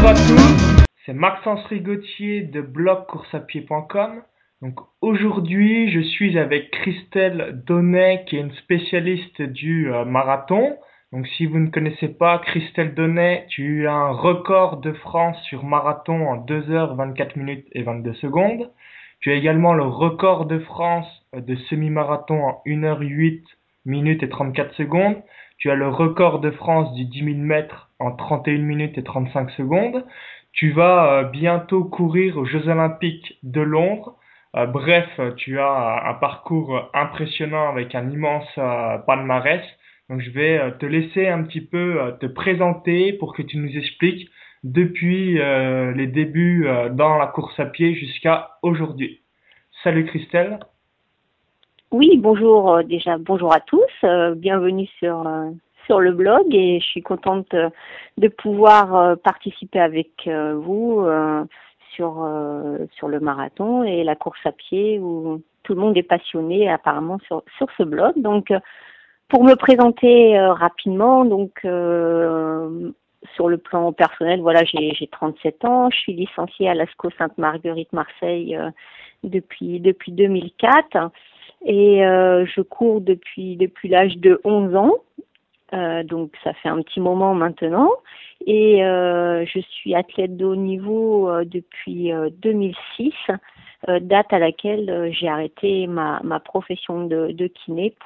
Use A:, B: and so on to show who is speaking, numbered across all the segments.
A: Bonjour à tous, c'est Maxence Rigotier de blogcoursapied.com. Donc aujourd'hui, je suis avec Christelle Donnet qui est une spécialiste du marathon. Donc si vous ne connaissez pas Christelle Donnet, tu as un record de France sur marathon en 2h24 minutes et 22 secondes. Tu as également le record de France de semi-marathon en 1h08 minutes et 34 secondes. Tu as le record de France du 10 000 mètres en 31 minutes et 35 secondes. Tu vas bientôt courir aux Jeux Olympiques de Londres. Bref, tu as un parcours impressionnant avec un immense palmarès. Donc je vais te laisser un petit peu te présenter pour que tu nous expliques depuis les débuts dans la course à pied jusqu'à aujourd'hui. Salut Christelle.
B: Oui, bonjour, déjà bonjour à tous, bienvenue sur le blog et je suis contente de pouvoir participer avec vous sur le marathon et la course à pied où tout le monde est passionné apparemment sur ce blog. Donc pour me présenter rapidement, donc sur le plan personnel, voilà, j'ai 37 ans, je suis licenciée à l'ASCO Sainte-Marguerite Marseille depuis 2004. Et je cours depuis l'âge de 11 ans, donc ça fait un petit moment maintenant. Et je suis athlète de haut niveau depuis 2006, date à laquelle j'ai arrêté ma profession de kiné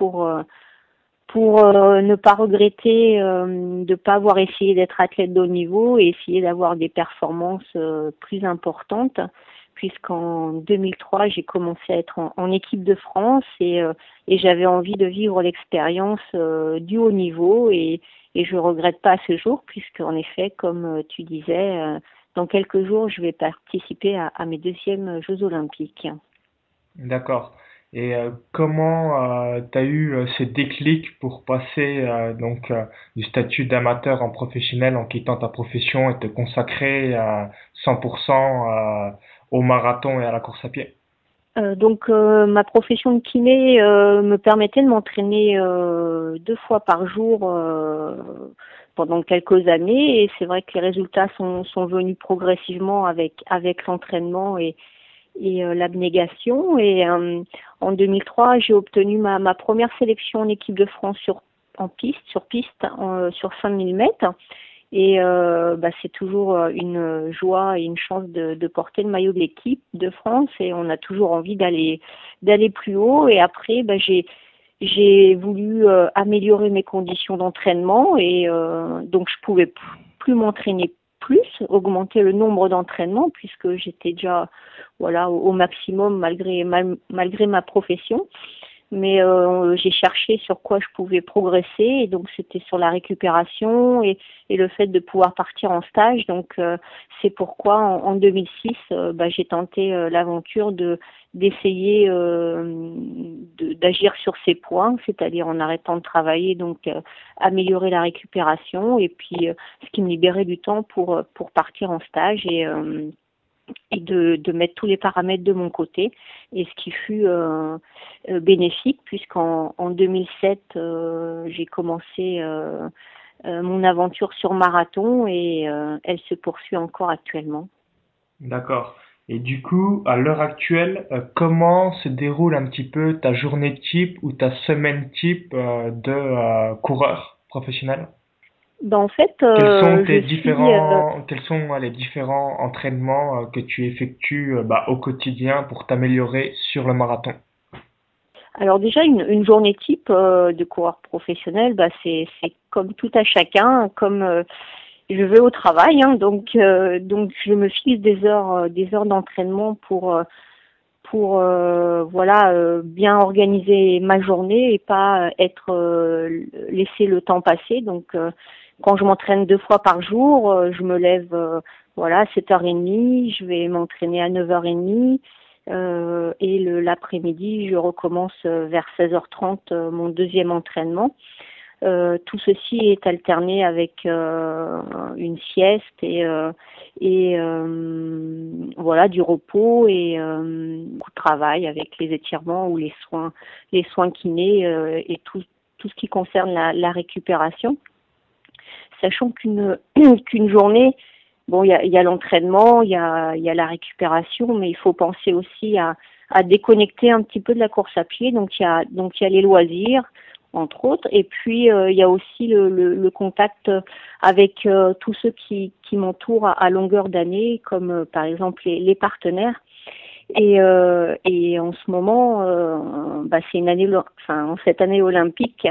B: pour ne pas regretter de ne pas avoir essayé d'être athlète de haut niveau et essayer d'avoir des performances plus importantes, puisqu'en 2003, j'ai commencé à être en équipe de France et j'avais envie de vivre l'expérience du haut niveau et je regrette pas à ce jour, puisqu'en effet, comme tu disais, dans quelques jours, je vais participer à mes deuxièmes Jeux Olympiques.
A: D'accord. Et comment tu as eu ce déclic pour passer du statut d'amateur en professionnel en quittant ta profession et te consacrer à 100% au marathon et à la course à pied?
B: Ma profession de kiné me permettait de m'entraîner 2 fois par jour pendant quelques années et c'est vrai que les résultats sont venus progressivement avec l'entraînement et l'abnégation et en 2003 j'ai obtenu ma première sélection en équipe de France sur piste sur 5000 mètres. Et c'est toujours une joie et une chance de porter le maillot de l'équipe de France et on a toujours envie d'aller plus haut. Et après, j'ai voulu améliorer mes conditions d'entraînement et donc je pouvais plus m'entraîner plus, augmenter le nombre d'entraînements puisque j'étais déjà au maximum malgré ma profession. Mais j'ai cherché sur quoi je pouvais progresser et donc c'était sur la récupération et le fait de pouvoir partir en stage. Donc c'est pourquoi en 2006 j'ai tenté l'aventure d'essayer d'agir sur ces points, c'est-à-dire en arrêtant de travailler, donc améliorer la récupération et puis ce qui me libérait du temps pour partir en stage et de mettre tous les paramètres de mon côté et ce qui fut bénéfique puisqu'en 2007 j'ai commencé mon aventure sur marathon et elle se poursuit encore actuellement.
A: D'accord. Et du coup, à l'heure actuelle, comment se déroule un petit peu ta journée type ou ta semaine type de coureur professionnel?
B: En fait, je suis
A: Quels sont les différents entraînements que tu effectues au quotidien pour t'améliorer sur le marathon?
B: alors déjà une journée type de coureur professionnel, c'est comme tout à chacun, comme je vais au travail, hein, donc je me fixe des heures d'entraînement pour bien organiser ma journée et pas être laisser le temps passer. Donc quand je m'entraîne 2 fois par jour, je me lève à 7h30, je vais m'entraîner à 9h30 et l'après-midi je recommence vers 16h30 mon deuxième entraînement. Tout ceci est alterné avec une sieste et du repos et beaucoup de travail avec les étirements ou les soins kinés et tout ce qui concerne la récupération. Sachant qu'une journée bon, il y a l'entraînement, il y a la récupération, mais il faut penser aussi à déconnecter un petit peu de la course à pied. Donc il y a les loisirs, entre autres, et puis il y a aussi le contact avec tous ceux qui m'entourent à longueur d'année, comme par exemple les partenaires. Et en ce moment, c'est une année, enfin en cette année olympique,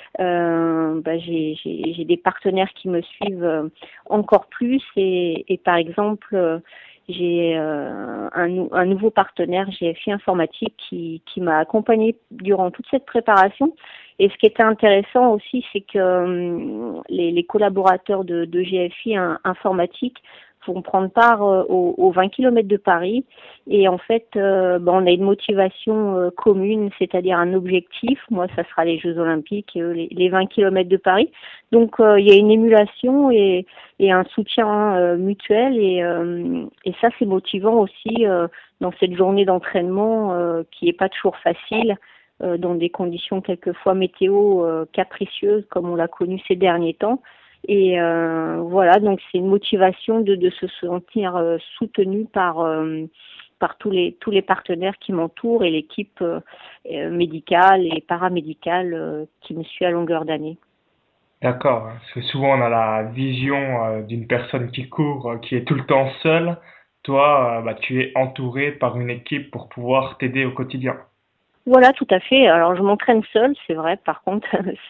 B: j'ai des partenaires qui me suivent encore plus et par exemple j'ai un nouveau partenaire GFI Informatique qui m'a accompagné durant toute cette préparation. Et ce qui était intéressant aussi, c'est que les collaborateurs de GFI Informatique vont prendre part aux 20 km de Paris. Et en fait, on a une motivation commune, c'est-à-dire un objectif. Moi, ça sera les Jeux Olympiques, les 20 km de Paris. Donc, il y a une émulation et un soutien mutuel. Et ça, c'est motivant aussi dans cette journée d'entraînement qui est pas toujours facile, dans des conditions quelquefois météo capricieuses, comme on l'a connu ces derniers temps. Et voilà, donc c'est une motivation de se sentir soutenu par tous les partenaires qui m'entourent et l'équipe médicale et paramédicale qui me suit à longueur d'année.
A: D'accord, parce que souvent on a la vision d'une personne qui court, qui est tout le temps seule. Toi, tu es entouré par une équipe pour pouvoir t'aider au quotidien.
B: Voilà, tout à fait. Alors je m'entraîne seule, c'est vrai. Par contre,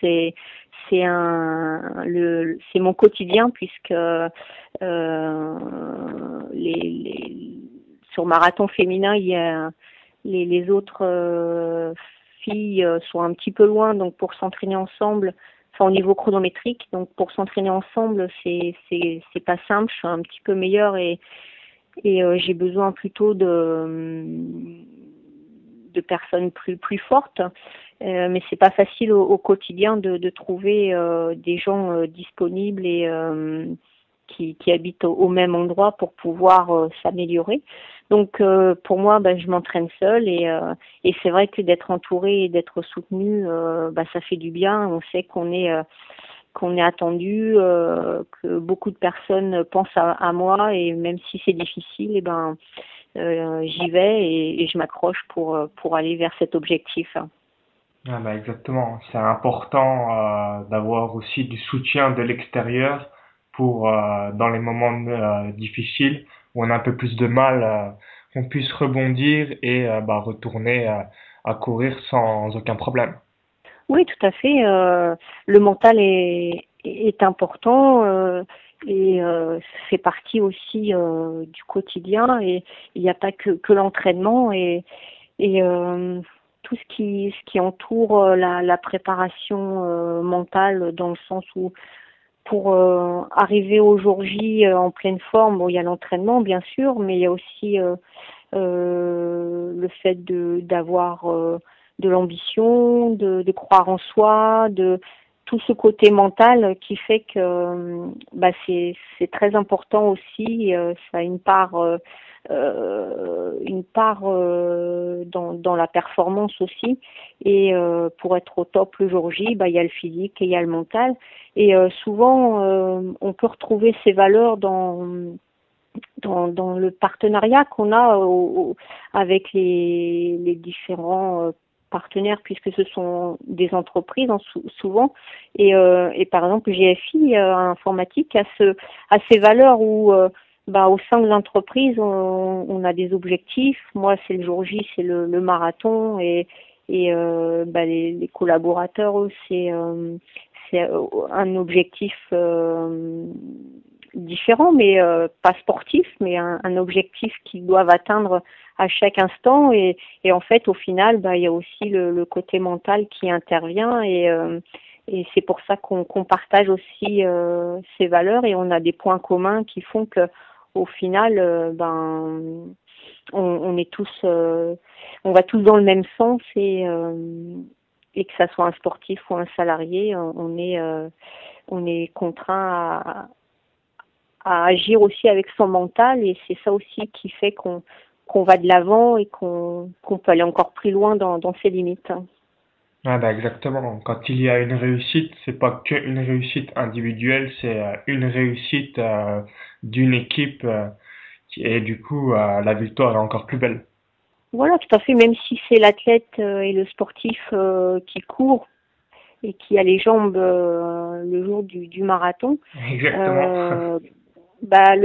B: c'est mon quotidien puisque sur marathon féminin, il y a les autres filles sont un petit peu loin, donc pour s'entraîner ensemble, enfin au niveau chronométrique, donc pour s'entraîner ensemble, c'est pas simple. Je suis un petit peu meilleure et j'ai besoin plutôt de personnes plus fortes. Mais c'est pas facile au quotidien de trouver des gens disponibles et qui habitent au même endroit pour pouvoir s'améliorer. Donc pour moi, je m'entraîne seule et c'est vrai que d'être entourée et d'être soutenue, ça fait du bien. On sait qu'on est attendu, que beaucoup de personnes pensent à moi et même si c'est difficile, j'y vais et je m'accroche pour aller vers cet objectif.
A: Ah exactement, c'est important d'avoir aussi du soutien de l'extérieur pour dans les moments difficiles où on a un peu plus de mal, qu'on puisse rebondir et retourner à courir sans aucun problème.
B: Oui, tout à fait. Le mental est important et fait partie aussi du quotidien. Et il n'y a pas que l'entraînement et tout ce qui entoure la préparation mentale dans le sens où pour arriver au jour J en pleine forme, bon, il y a l'entraînement bien sûr, mais il y a aussi le fait d'avoir de l'ambition, de croire en soi, de tout ce côté mental qui fait que c'est très important aussi. Ça a une part dans la performance aussi. Et pour être au top le jour J, il y a le physique et il y a le mental. Et souvent, on peut retrouver ces valeurs dans le partenariat qu'on a avec les différents partenaires puisque ce sont des entreprises souvent et par exemple GFI informatique a ces valeurs où au sein de l'entreprise on a des objectifs. Moi c'est le jour J, c'est le marathon et les collaborateurs eux, c'est un objectif différent, mais pas sportif, mais un objectif qu'ils doivent atteindre à chaque instant. Et en fait, au final, il y a aussi le côté mental qui intervient et c'est pour ça qu'on partage aussi ces valeurs et on a des points communs qui font que au final, on est tous, on va tous dans le même sens et que ça soit un sportif ou un salarié, on est contraint à agir aussi avec son mental et c'est ça aussi qui fait qu'on va de l'avant et qu'on peut aller encore plus loin dans ses limites.
A: Ah bah exactement. Quand il y a une réussite, c'est pas que une réussite individuelle, c'est une réussite d'une équipe et du coup la victoire est encore plus belle.
B: Voilà, tout à fait, même si c'est l'athlète et le sportif qui court et qui a les jambes le jour du marathon,
A: Exactement.
B: euh, bah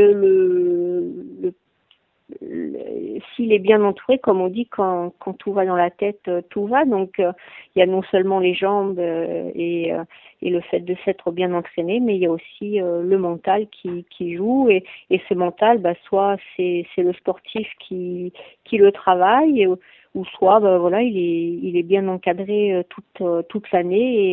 B: s'il est bien entouré, comme on dit, quand tout va dans la tête, tout va. Donc, il y a non seulement les jambes et le fait de s'être bien entraîné, mais il y a aussi le mental qui joue. Et ce mental, bah, soit c'est le sportif qui le travaille, ou soit, bah, voilà, il est bien encadré toute l'année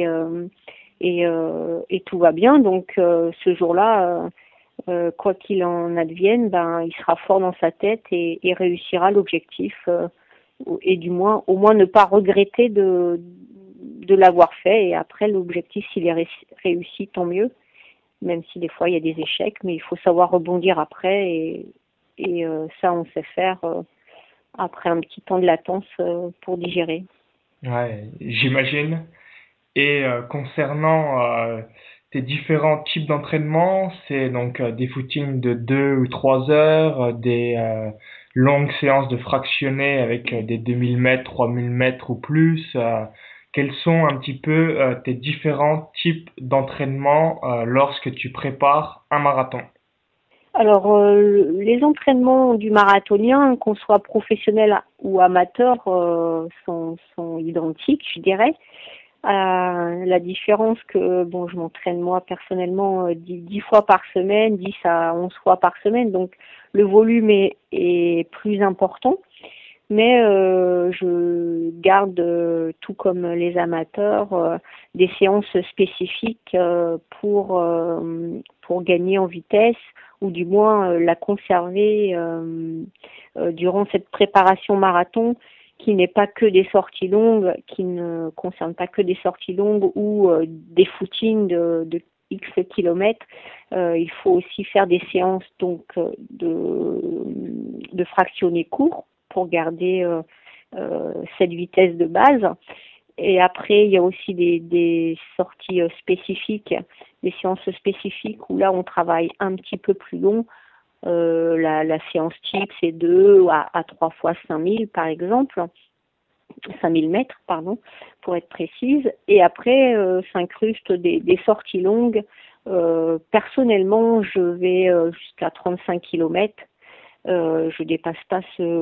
B: et tout va bien. Donc, ce jour-là. Quoi qu'il en advienne, ben, il sera fort dans sa tête et réussira l'objectif, et du moins, au moins ne pas regretter de l'avoir fait. Et après, l'objectif, s'il est réussi, tant mieux, même si des fois il y a des échecs, mais il faut savoir rebondir après et ça, on sait faire après un petit temps de latence pour digérer.
A: Ouais, j'imagine. Et concernant tes différents types d'entraînement, c'est donc des footings de 2 ou 3 heures, des longues séances de fractionnés avec des 2000 mètres, 3000 mètres ou plus. Quels sont un petit peu tes différents types d'entraînement lorsque tu prépares un marathon?
B: Alors, les entraînements du marathonien, qu'on soit professionnel ou amateur, sont identiques, je dirais. La différence que, bon, je m'entraîne moi personnellement 10 fois par semaine, 10 à 11 fois par semaine, donc le volume est plus important, mais je garde, tout comme les amateurs, des séances spécifiques pour gagner en vitesse ou du moins la conserver durant cette préparation marathon qui n'est pas que des sorties longues, qui ne concerne pas que des sorties longues ou des footings de X kilomètres. Il faut aussi faire des séances donc de fractionnés courts pour garder cette vitesse de base. Et après, il y a aussi des sorties spécifiques, des séances spécifiques où là, on travaille un petit peu plus long. La séance type, c'est 2 à 3 fois 5000 par exemple, 5000 mètres, pardon, pour être précise. Et après, s'incrustent des sorties longues. Personnellement, je vais jusqu'à 35 kilomètres. Je dépasse pas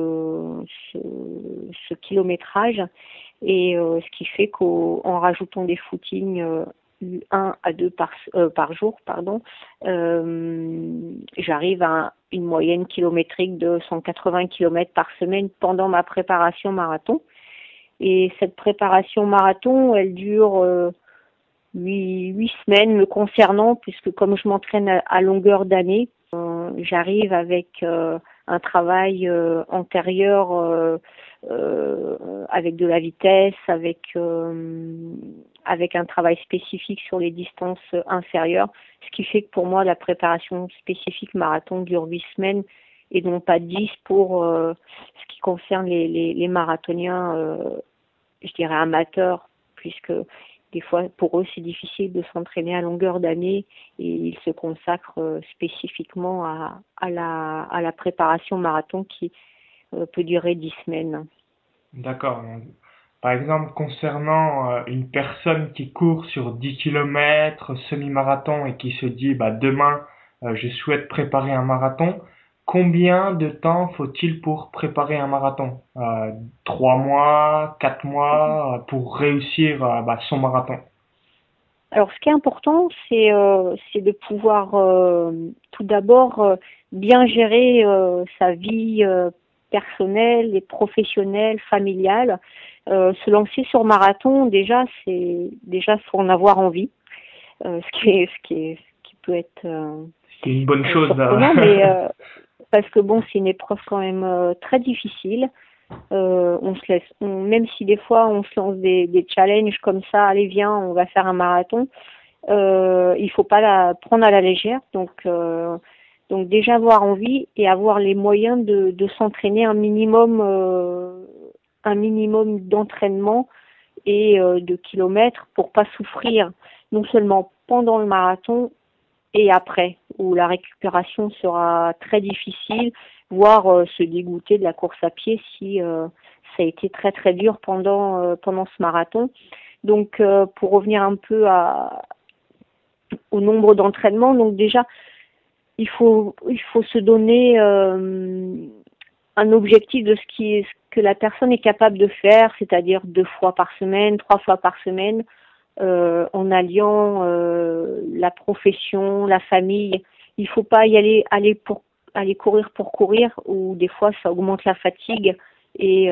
B: ce kilométrage et ce qui fait qu'en rajoutant des footings 1 à 2 par jour, pardon, j'arrive à une moyenne kilométrique de 180 km par semaine pendant ma préparation marathon. Et cette préparation marathon, elle dure 8 semaines me concernant, puisque comme je m'entraîne à longueur d'année, j'arrive avec un travail antérieur avec de la vitesse, avec un travail spécifique sur les distances inférieures, ce qui fait que pour moi la préparation spécifique marathon dure 8 semaines et non pas 10 pour ce qui concerne les marathoniens, je dirais amateurs, puisque des fois, pour eux, c'est difficile de s'entraîner à longueur d'année et ils se consacrent spécifiquement à la préparation marathon qui peut durer 10 semaines.
A: D'accord. Donc, par exemple, concernant une personne qui court sur 10 kilomètres semi-marathon et qui se dit bah, demain je souhaite préparer un marathon, combien de temps faut-il pour préparer un marathon? 3 mois, 4 mois pour réussir bah, son marathon.
B: Alors, ce qui est important, c'est de pouvoir tout d'abord bien gérer sa vie personnelle et professionnelle, familiale. Se lancer sur marathon, déjà faut en avoir envie, ce qui peut être
A: C'est une bonne chose.
B: surprenant, mais parce que bon, c'est une épreuve quand même très difficile. On se laisse, même si des fois on se lance des challenges comme ça, allez viens, on va faire un marathon. Il faut pas la prendre à la légère. Donc déjà avoir envie et avoir les moyens de s'entraîner un minimum d'entraînement et de kilomètres pour pas souffrir non seulement pendant le marathon et après, où la récupération sera très difficile, voire se dégoûter de la course à pied si ça a été très très dur pendant ce marathon. Donc pour revenir un peu au nombre d'entraînements, donc déjà il faut se donner un objectif de ce que la personne est capable de faire, c'est-à-dire 2 fois par semaine, 3 fois par semaine, en alliant la profession, la famille. Il faut pas y aller courir pour courir, ou des fois ça augmente la fatigue et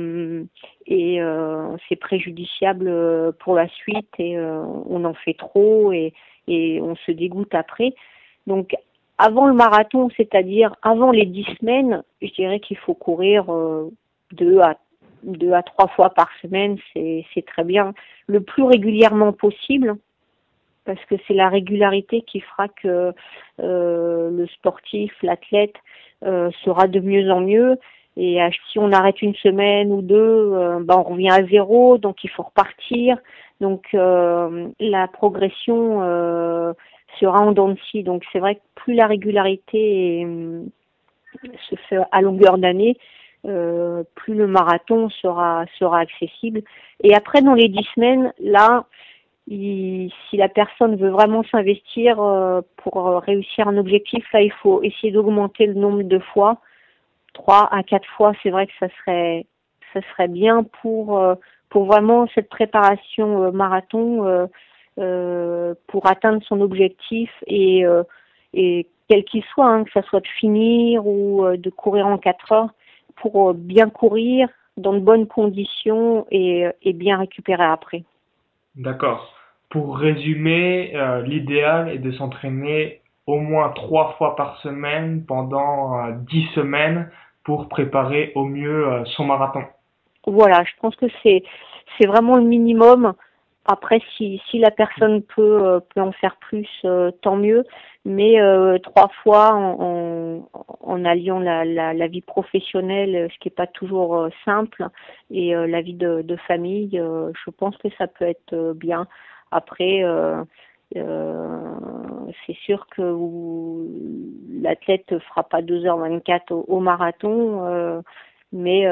B: c'est préjudiciable pour la suite et on en fait trop et on se dégoûte après. Donc avant le marathon, c'est-à-dire avant les 10 semaines, je dirais qu'il faut courir 2 à 3 fois par semaine, c'est très bien. Le plus régulièrement possible, parce que c'est la régularité qui fera que le sportif, l'athlète sera de mieux en mieux. Et si on arrête une semaine ou deux, on revient à zéro, donc il faut repartir. Donc la progression sera en dents de scie. Donc c'est vrai que plus la régularité se fait à longueur d'année, plus le marathon sera accessible. Et après, dans les 10 semaines, là, si la personne veut vraiment s'investir pour réussir un objectif, là, il faut essayer d'augmenter le nombre de fois. 3 à 4 fois, c'est vrai que ça serait bien pour vraiment cette préparation marathon pour atteindre son objectif et quel qu'il soit, hein, que ça soit de finir ou de courir en 4 heures, pour bien courir dans de bonnes conditions et bien récupérer après.
A: D'accord. Pour résumer, l'idéal est de s'entraîner au moins 3 fois par semaine pendant 10 semaines pour préparer au mieux son marathon.
B: Voilà, je pense que c'est vraiment le minimum. Après, si la personne peut en faire plus, tant mieux. Mais 3 fois en alliant la vie professionnelle, ce qui n'est pas toujours simple, et la vie de famille, je pense que ça peut être bien. Après, c'est sûr que l'athlète ne fera pas 2h24 au marathon, mais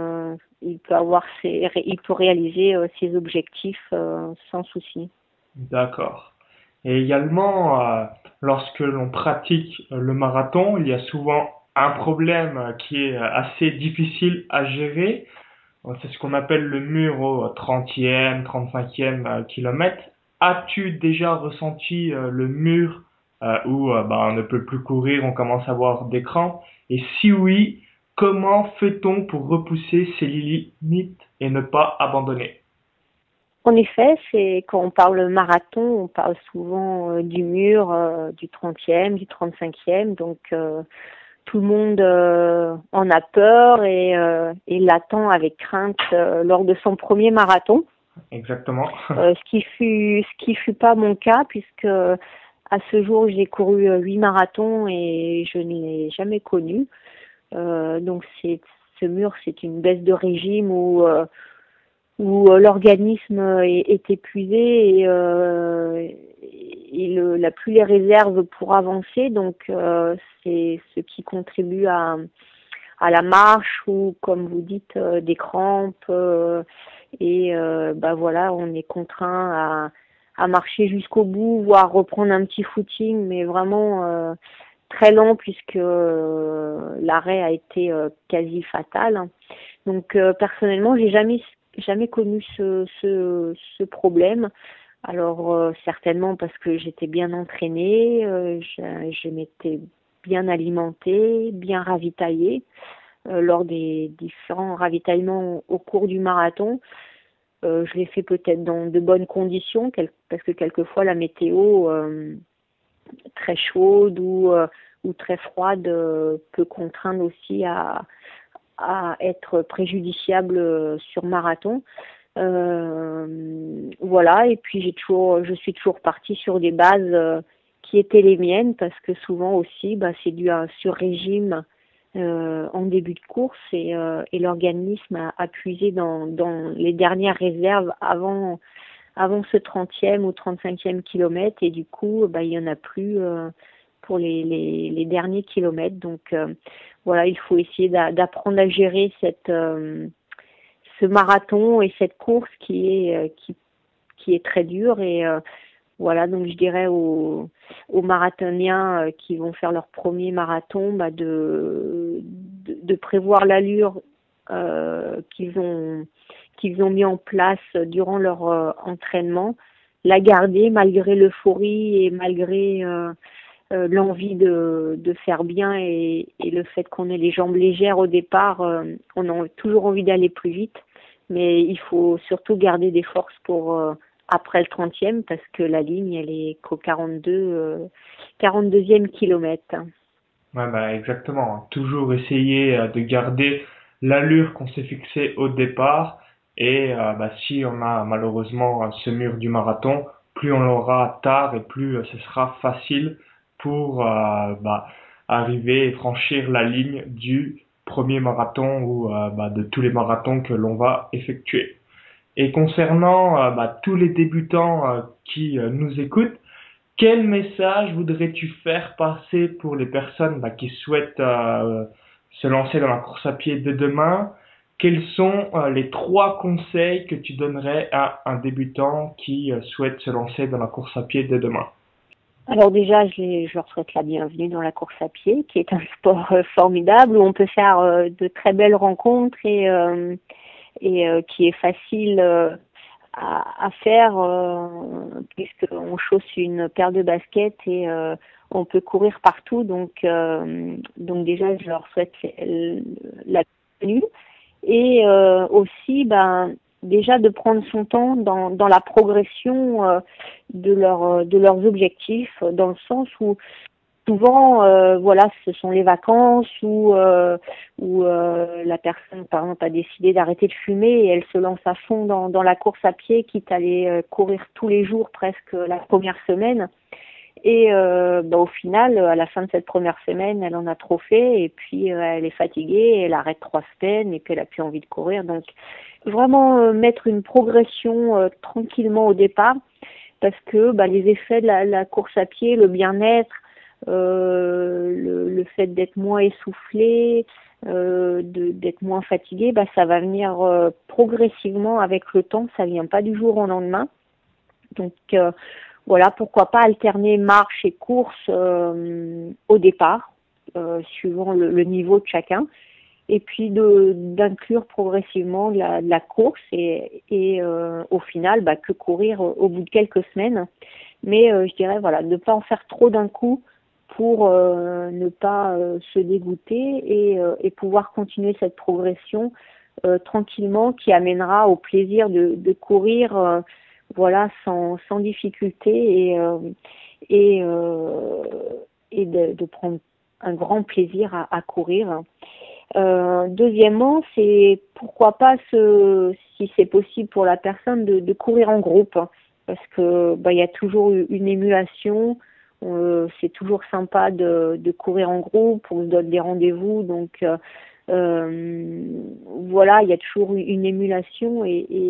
B: il peut réaliser ses objectifs sans souci.
A: D'accord. Et également, lorsque l'on pratique le marathon, il y a souvent un problème qui est assez difficile à gérer. C'est ce qu'on appelle le mur au 30e, 35e kilomètre. As-tu déjà ressenti le mur où on ne peut plus courir, on commence à avoir des crampes? Et si oui, comment fait-on pour repousser ces limites et ne pas abandonner?
B: En effet, c'est quand on parle marathon, on parle souvent du mur du 30e, du 35e, donc tout le monde en a peur et l'attend avec crainte lors de son premier marathon.
A: Exactement.
B: Ce qui fut pas mon cas, puisque à ce jour j'ai couru 8 marathons et je ne l'ai jamais connu. Donc ce mur, c'est une baisse de régime où l'organisme est épuisé et il n'a plus les réserves pour avancer. Donc c'est ce qui contribue à la marche ou, comme vous dites, des crampes. Voilà, on est contraint à marcher jusqu'au bout, voire reprendre un petit footing, mais vraiment très lent puisque l'arrêt a été quasi fatal. Donc personnellement, j'ai jamais connu ce problème. Alors certainement parce que j'étais bien entraînée, je m'étais bien alimentée, bien ravitaillée lors des différents ravitaillements au cours du marathon. Je l'ai fait peut-être dans de bonnes conditions parce que quelquefois la météo très chaude ou très froide peut contraindre aussi à être préjudiciable sur marathon. Voilà, et puis je suis toujours partie sur des bases qui étaient les miennes parce que souvent aussi c'est dû à un sur-régime en début de course et l'organisme a puisé dans les dernières réserves avant ce 30e ou 35e kilomètre et du coup il y en a plus pour les derniers kilomètres. Donc voilà, il faut essayer d'apprendre à gérer ce marathon et cette course qui est très dure et voilà, donc je dirais aux marathoniens qui vont faire leur premier marathon de prévoir l'allure qu'ils ont mis en place durant leur entraînement, la garder malgré l'euphorie et malgré l'envie de faire bien et le fait qu'on ait les jambes légères au départ, on a toujours envie d'aller plus vite, mais il faut surtout garder des forces pour après le 30e parce que la ligne elle est qu'au 42e kilomètre.
A: Ouais, bah exactement. Toujours essayer de garder l'allure qu'on s'est fixée au départ. Et si on a malheureusement ce mur du marathon, plus on l'aura tard et plus ce sera facile pour arriver et franchir la ligne du premier marathon ou de tous les marathons que l'on va effectuer. Et concernant tous les débutants qui nous écoutent, quel message voudrais-tu faire passer pour les personnes qui souhaitent se lancer dans la course à pied de demain? Quels sont les 3 conseils que tu donnerais à un débutant qui souhaite se lancer dans la course à pied de demain?
B: Alors déjà, je leur souhaite la bienvenue dans la course à pied, qui est un sport formidable où on peut faire de très belles rencontres et qui est facile à faire puisqu'on chausse une paire de baskets et on peut courir partout. Donc déjà, je leur souhaite la bienvenue et aussi déjà de prendre son temps dans la progression de leurs objectifs, dans le sens où souvent, voilà, ce sont les vacances où la personne, par exemple, a décidé d'arrêter de fumer et elle se lance à fond dans la course à pied, quitte à aller courir tous les jours presque la première semaine. Et au final, à la fin de cette première semaine, elle en a trop fait et puis elle est fatiguée, elle arrête 3 semaines et puis elle a plus envie de courir. Donc, vraiment mettre une progression tranquillement au départ parce que les effets de la course à pied, le bien-être, le fait d'être moins essoufflé, d'être moins fatigué, ça va venir progressivement avec le temps, ça vient pas du jour au lendemain. Donc voilà, pourquoi pas alterner marche et course au départ, suivant le niveau de chacun, et puis d'inclure progressivement de la course et au final que courir au bout de quelques semaines. Mais je dirais voilà, ne pas en faire trop d'un coup pour ne pas se dégoûter et pouvoir continuer cette progression tranquillement qui amènera au plaisir de courir voilà sans difficulté et de prendre un grand plaisir à courir. Deuxièmement, c'est pourquoi pas si c'est possible pour la personne de courir en groupe, parce que il y a toujours une émulation. C'est toujours sympa de courir en groupe, on se donne des rendez-vous, donc voilà, il y a toujours une émulation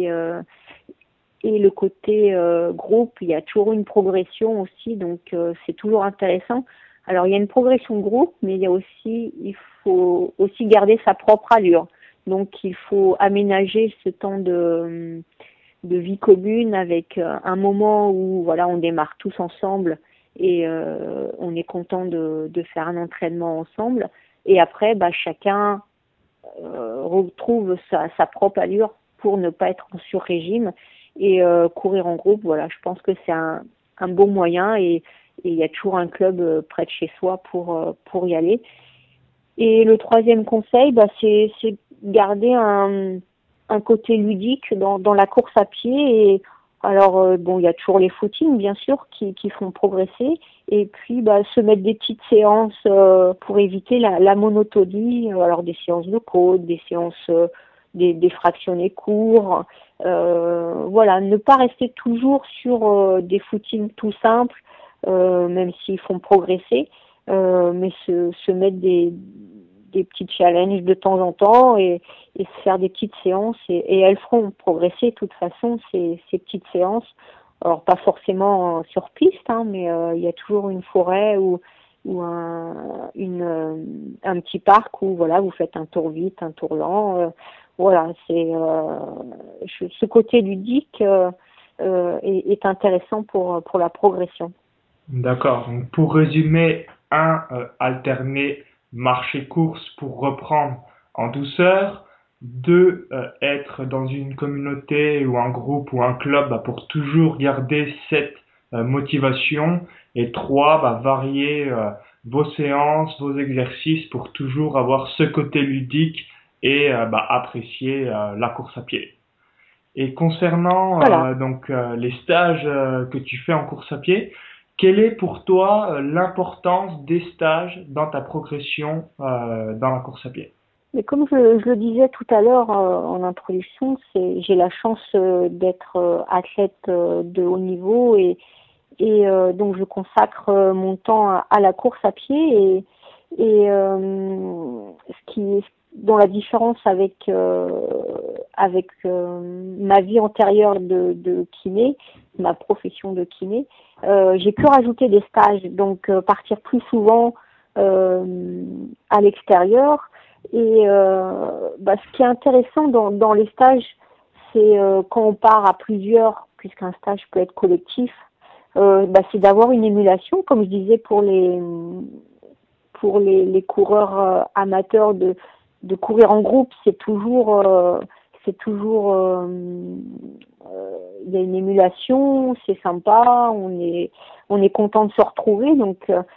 B: et le côté groupe, il y a toujours une progression aussi, donc c'est toujours intéressant. Alors il y a une progression de groupe, mais il faut aussi garder sa propre allure. Donc il faut aménager ce temps de vie commune avec un moment où voilà on démarre tous ensemble et on est content de faire un entraînement ensemble. Et après chacun retrouve sa propre allure pour ne pas être en sur-régime et courir en groupe. Voilà, je pense que c'est un bon moyen et il y a toujours un club près de chez soi pour y aller. Et le troisième conseil, c'est garder un côté ludique dans la course à pied. Et alors il y a toujours les footings bien sûr qui font progresser. Et puis se mettre des petites séances pour éviter la monotonie. Alors des séances de côte, des séances des fractionnés courts. Voilà, ne pas rester toujours sur des footings tout simples, même s'ils font progresser, mais se mettre des petits challenges de temps en temps et se faire des petites séances et elles feront progresser de toute façon ces petites séances. Alors pas forcément sur piste, hein, mais il y a toujours une forêt ou un petit parc où voilà vous faites un tour vite, un tour lent. Voilà, ce côté ludique est intéressant pour la progression.
A: D'accord. Donc, pour résumer, alterner marche et course pour reprendre en douceur. Deux, être dans une communauté ou un groupe ou un club pour toujours garder cette motivation. Et trois, varier vos séances, vos exercices pour toujours avoir ce côté ludique et apprécier la course à pied. Et concernant
B: Voilà.
A: les stages que tu fais en course à pied, quelle est pour toi l'importance des stages dans ta progression dans la course à pied?
B: Mais comme je le disais tout à l'heure en introduction, j'ai la chance d'être athlète de haut niveau et donc je consacre mon temps à la course à pied et dont la différence avec ma vie antérieure de kiné, ma profession de kiné, j'ai pu rajouter des stages, donc partir plus souvent à l'extérieur. Et ce qui est intéressant dans les stages, c'est quand on part à plusieurs, puisqu'un stage peut être collectif, c'est d'avoir une émulation, comme je disais pour les coureurs amateurs de courir en groupe, c'est toujours il y a une émulation, c'est sympa, on est content de se retrouver, donc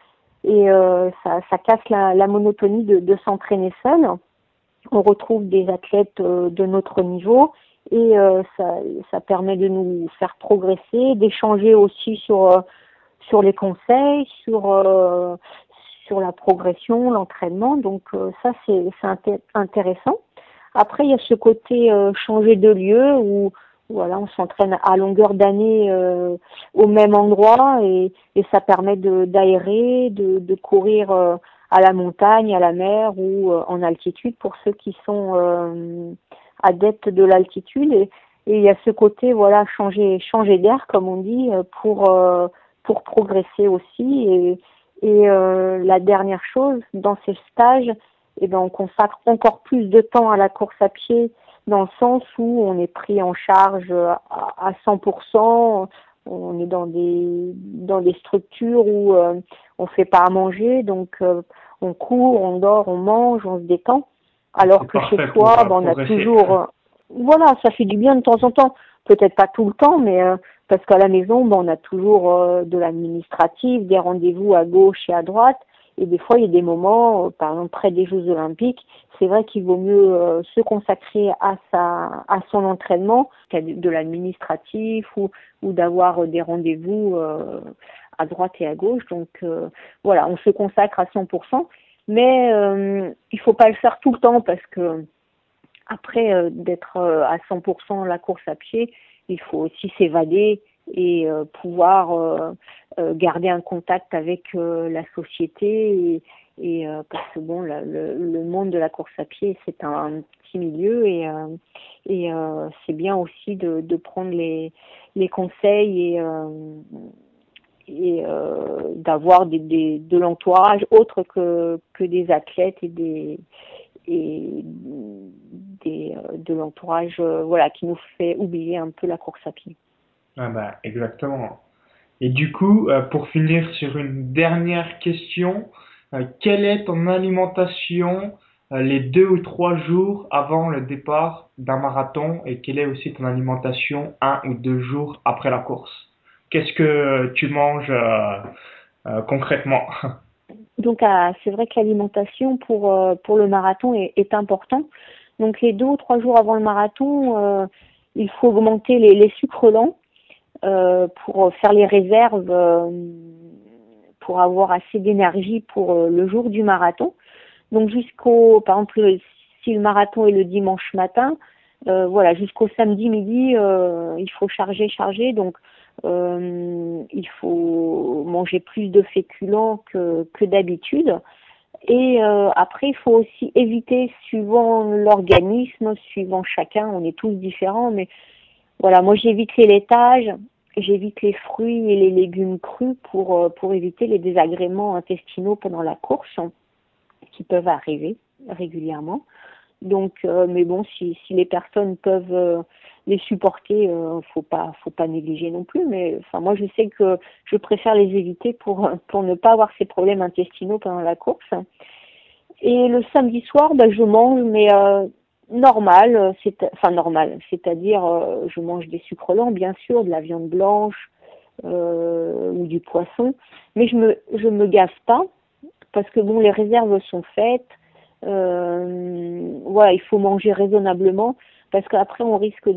B: ça casse la monotonie de s'entraîner seul. On retrouve des athlètes de notre niveau et ça permet de nous faire progresser, d'échanger aussi sur les conseils, sur la progression, l'entraînement. Donc ça c'est intéressant. Après il y a ce côté changer de lieu où voilà, on s'entraîne à longueur d'année au même endroit et ça permet d'aérer, de courir à la montagne, à la mer ou en altitude pour ceux qui sont adeptes de l'altitude et il y a ce côté voilà changer d'air comme on dit pour progresser aussi et la dernière chose dans ces stages on consacre encore plus de temps à la course à pied dans le sens où on est pris en charge à 100%, on est dans des structures où on fait pas à manger, donc on court, on dort, on mange, on se détend. Alors que chez soi, on a toujours, voilà, ça fait du bien de temps en temps. Peut-être pas tout le temps, mais parce qu'à la maison, on a toujours de l'administratif, des rendez-vous à gauche et à droite. Et des fois, il y a des moments, par exemple près des Jeux Olympiques, c'est vrai qu'il vaut mieux se consacrer à son entraînement qu'à de l'administratif ou d'avoir des rendez-vous à droite et à gauche. Donc voilà, on se consacre à 100%, mais il faut pas le faire tout le temps parce que après d'être à 100% la course à pied, il faut aussi s'évader et pouvoir garder un contact avec la société et parce que bon le monde de la course à pied c'est un petit milieu et c'est bien aussi de prendre les conseils et d'avoir de l'entourage autre que des athlètes de l'entourage voilà qui nous fait oublier un peu la course à pied.
A: Ah exactement. Et du coup, pour finir sur une dernière question, quelle est ton alimentation les 2 ou 3 jours avant le départ d'un marathon et quelle est aussi ton alimentation 1 ou 2 jours après la course? Qu'est-ce que tu manges concrètement?
B: Donc c'est vrai que l'alimentation pour le marathon est important. Donc les 2 ou 3 jours avant le marathon, il faut augmenter les sucres lents pour faire les réserves, pour avoir assez d'énergie pour le jour du marathon. Donc par exemple, si le marathon est le dimanche matin, voilà, jusqu'au samedi midi, il faut charger. Donc il faut manger plus de féculents que d'habitude. Et après, il faut aussi éviter, suivant l'organisme, suivant chacun, on est tous différents, mais voilà, moi j'évite les laitages, j'évite les fruits et les légumes crus pour éviter les désagréments intestinaux pendant la course qui peuvent arriver régulièrement. Donc, mais bon, si les personnes peuvent les supporter, faut pas négliger non plus. Mais enfin, moi, je sais que je préfère les éviter pour ne pas avoir ces problèmes intestinaux pendant la course. Et le samedi soir, je mange, mais normal, enfin normal, c'est-à-dire je mange des sucres lents, bien sûr, de la viande blanche ou du poisson, mais je me gave pas parce que bon, les réserves sont faites. Voilà, il faut manger raisonnablement parce qu'après on risque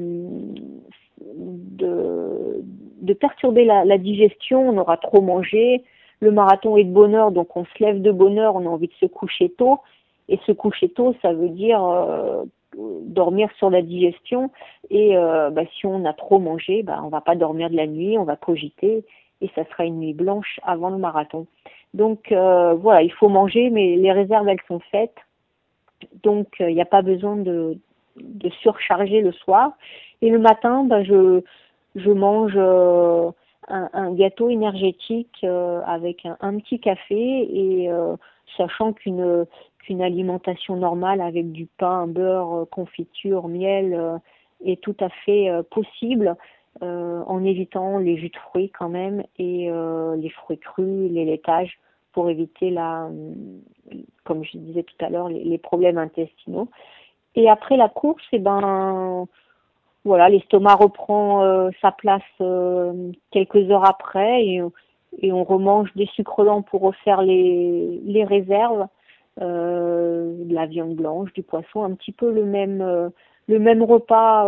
B: de perturber la digestion, on aura trop mangé. Le marathon est de bonne heure, donc on se lève de bonne heure, on a envie de se coucher tôt. Et se coucher tôt, ça veut dire dormir sur la digestion. Et si on a trop mangé, on va pas dormir de la nuit, on va cogiter et ça sera une nuit blanche avant le marathon. Donc voilà, il faut manger, mais les réserves elles sont faites, donc il n'y a pas besoin de surcharger le soir. Et le matin, je mange un gâteau énergétique avec un petit café et sachant qu'une alimentation normale avec du pain, beurre, confiture, miel est tout à fait possible en évitant les jus de fruits quand même et les fruits crus, les laitages pour éviter comme je disais tout à l'heure, les problèmes intestinaux. Et après la course, voilà, l'estomac reprend sa place quelques heures après et on remange des sucres lents pour refaire les réserves, de la viande blanche, du poisson, un petit peu le même repas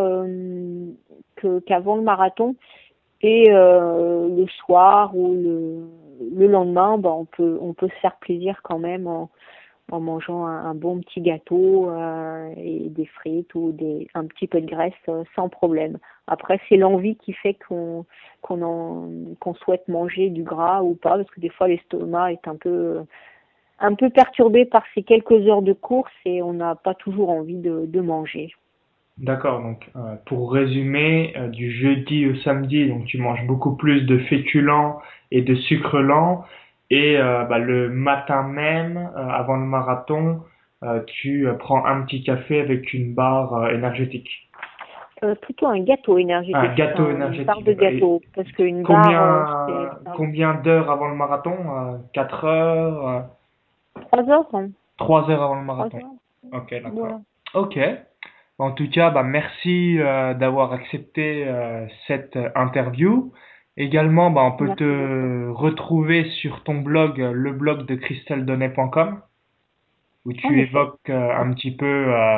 B: qu'avant le marathon. Et le soir ou le lendemain, on peut se faire plaisir quand même en mangeant un bon petit gâteau et des frites ou un petit peu de graisse sans problème. Après, c'est l'envie qui fait qu'on souhaite manger du gras ou pas, parce que des fois l'estomac est un peu perturbé par ces quelques heures de course et on n'a pas toujours envie de manger.
A: D'accord, donc pour résumer, du jeudi au samedi, donc tu manges beaucoup plus de féculents et de sucre lent, et le matin même, avant le marathon, tu prends un petit café avec une barre énergétique.
B: Plutôt un gâteau
A: Un
B: énergétique,
A: gâteau
B: enfin, une barre
A: énergétique,
B: de
A: d'accord. Et
B: gâteau, parce qu'une barre, c'est
A: combien d'heures avant le marathon? 4 heures,
B: 3 heures, hein.
A: 3 heures avant le
B: 3
A: marathon.
B: heures,
A: Ok, d'accord.
B: voilà.
A: Ok. En tout cas, merci d'avoir accepté cette interview. Également, on peut
B: Merci beaucoup.
A: te retrouver sur ton blog, le blog de christeldonnet.com, où
B: En
A: tu
B: effet.
A: évoques un petit peu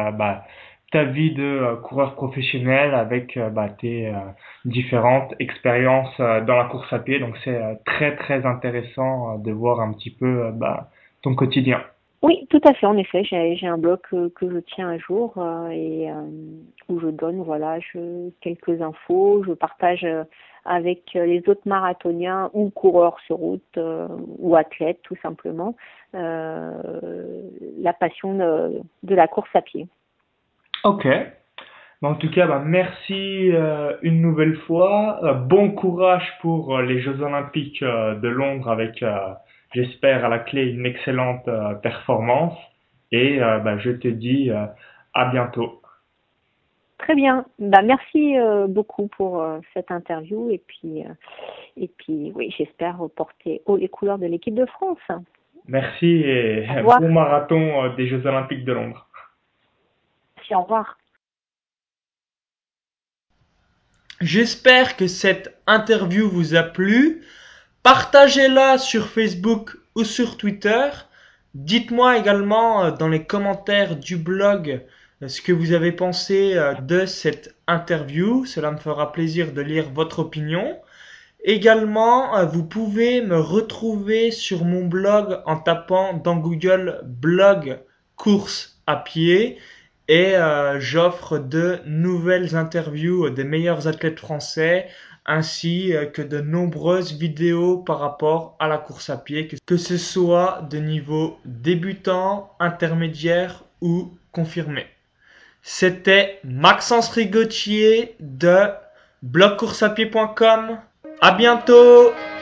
A: ta vie de coureur professionnel avec tes différentes expériences dans la course à pied. Donc c'est très très intéressant de voir un petit peu ton quotidien.
B: Oui, tout à fait, en effet. J'ai un blog que je tiens à jour et où je donne voilà, quelques infos. Je partage avec les autres marathoniens ou coureurs sur route ou athlètes tout simplement la passion de la course à pied.
A: Ok. En tout cas, merci une nouvelle fois. Bon courage pour les Jeux Olympiques de Londres avec, j'espère, à la clé une excellente performance. Et je te dis à bientôt.
B: Très bien. Merci beaucoup pour cette interview et puis oui, j'espère porter haut les couleurs de l'équipe de France.
A: Merci et
B: Au revoir.
A: bon marathon des Jeux Olympiques de Londres.
B: Merci, au revoir.
A: J'espère que cette interview vous a plu. Partagez-la sur Facebook ou sur Twitter. Dites-moi également dans les commentaires du blog ce que vous avez pensé de cette interview. Cela me fera plaisir de lire votre opinion. Également, vous pouvez me retrouver sur mon blog en tapant dans Google blog course à pied et j'offre de nouvelles interviews des meilleurs athlètes français ainsi que de nombreuses vidéos par rapport à la course à pied, que ce soit de niveau débutant, intermédiaire ou confirmé. C'était Maxence Rigotier de blogcoursapied.com. À bientôt!